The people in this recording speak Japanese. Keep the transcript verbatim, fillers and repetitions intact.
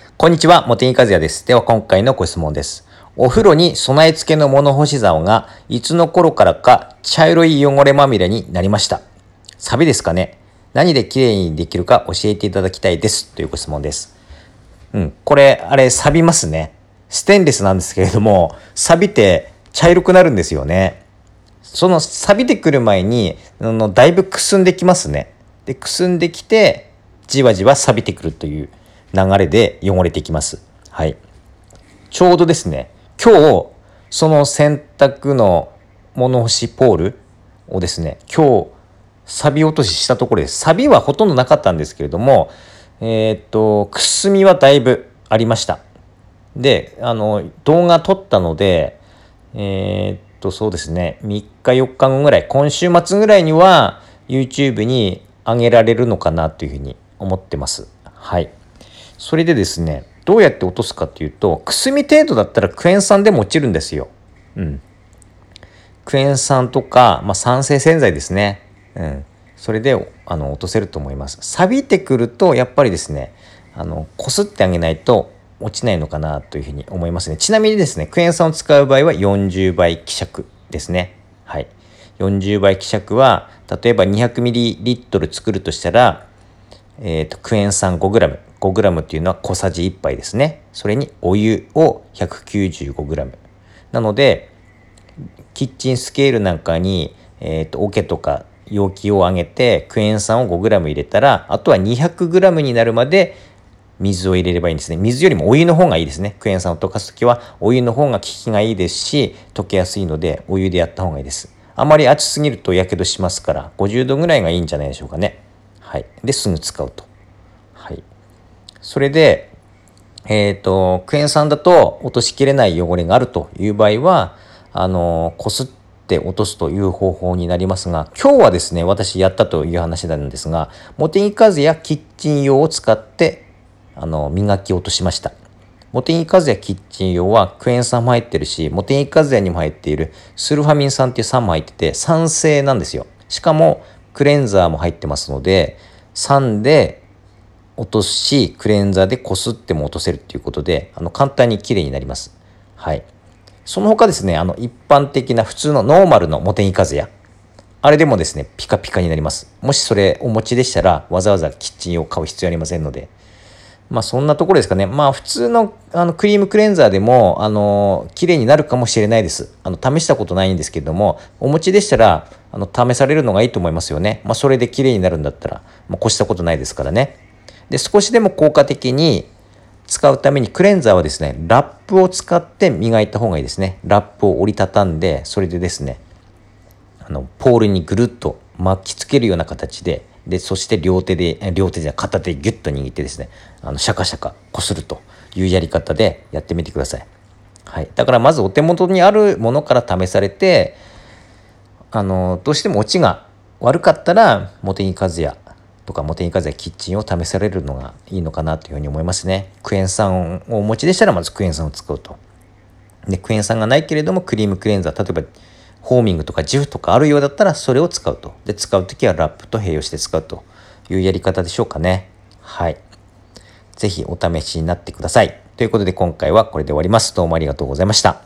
こんにちは、茂木和也です。では今回のご質問です。お風呂に備え付けの物干し竿がいつの頃からか茶色い汚れまみれになりました。サビですかね。何できれいにできるか教えていただきたいです。というご質問です。うん、これ、あれ、錆びますね。ステンレスなんですけれども、錆びて茶色くなるんですよね。その錆びてくる前に、あのだいぶくすんできますね。で、くすんできて、じわじわ錆びてくるという流れで汚れていきます。はい。ちょうどですね、今日、その洗濯の物干しポールをですね、今日、錆び落とししたところです。錆はほとんどなかったんですけれども、えーっと、くすみはだいぶありました。で、あの、動画撮ったので、えーっと、そうですね、みっかよっかごぐらい、今週末ぐらいには YouTube に上げられるのかなというふうに思ってます。はい。それでですね、どうやって落とすかっていうと、くすみ程度だったらクエン酸でも落ちるんですよ。うん。クエン酸とか、まあ、酸性洗剤ですね。うん。それであの落とせると思います。錆びてくるとやっぱりですね、あのこすってあげないと落ちないのかなというふうに思いますね。ちなみにですね、クエン酸を使う場合はよんじゅうばい希釈ですね。はい。よんじゅうばい希釈は例えば にひゃくミリリットル 作るとしたら、えーと、クエン酸 ごグラム、ごグラムっていうのは小さじいっぱいですね。それにお湯を ひゃくきゅうじゅうごグラム。なのでキッチンスケールなんかに、えーと、桶とか容器を上げてクエン酸を ごグラム 入れたら、あとは にひゃくグラム になるまで水を入れればいいんですね。水よりもお湯の方がいいですね。クエン酸を溶かすときはお湯の方が効きがいいですし、溶けやすいのでお湯でやった方がいいです。あまり熱すぎるとやけどしますから、ごじゅうどぐらいがいいんじゃないでしょうかね。はい。で、すぐ使うと。はい。それで、えっと、クエン酸だと落としきれない汚れがあるという場合は、あの、こすって落とすという方法になりますが、今日はですね、私やったという話なんですが、茂木和也キッチン用を使って、あの、磨き落としました。茂木和也キッチン用はクエン酸も入ってるし、茂木和也にも入っているスルファミン酸っていう酸も入ってて、酸性なんですよ。しかも、クレンザーも入ってますので、酸で落とし、クレンザーでこすっても落とせるっていうことで、あの簡単にきれいになります。はい。その他ですね、あの一般的な普通のノーマルの茂木和也、あれでもですね、ピカピカになります。もしそれお持ちでしたら、わざわざキッチンを買う必要ありませんので、まあそんなところですかね。まあ普通のあのクリームクレンザーでもあの綺麗になるかもしれないです。あの試したことないんですけれども、お持ちでしたらあの試されるのがいいと思いますよね。まあそれで綺麗になるんだったら、まあ、越したことないですからね。で、少しでも効果的に使うためにクレンザーはですね、ラップを使って磨いた方がいいですね。ラップを折りたたんで、それでですね、あのポールにぐるっと巻きつけるような形で、でそして両手で両手じゃ片手でギュッと握ってですね、あのシャカシャカこするというやり方でやってみてください。はい、だからまずお手元にあるものから試されて、あのどうしてもオチが悪かったら茂木和也とか茂木和也キッチンを試されるのがいいのかなというふうに思いますね。クエン酸をお持ちでしたらまずクエン酸を使うと。でクエン酸がないけれどもクリームクレンザー、例えばホーミングとかジフとかあるようだったらそれを使うと。で使うときはラップと併用して使うというやり方でしょうかね。はい。ぜひお試しになってください。ということで今回はこれで終わります。どうもありがとうございました。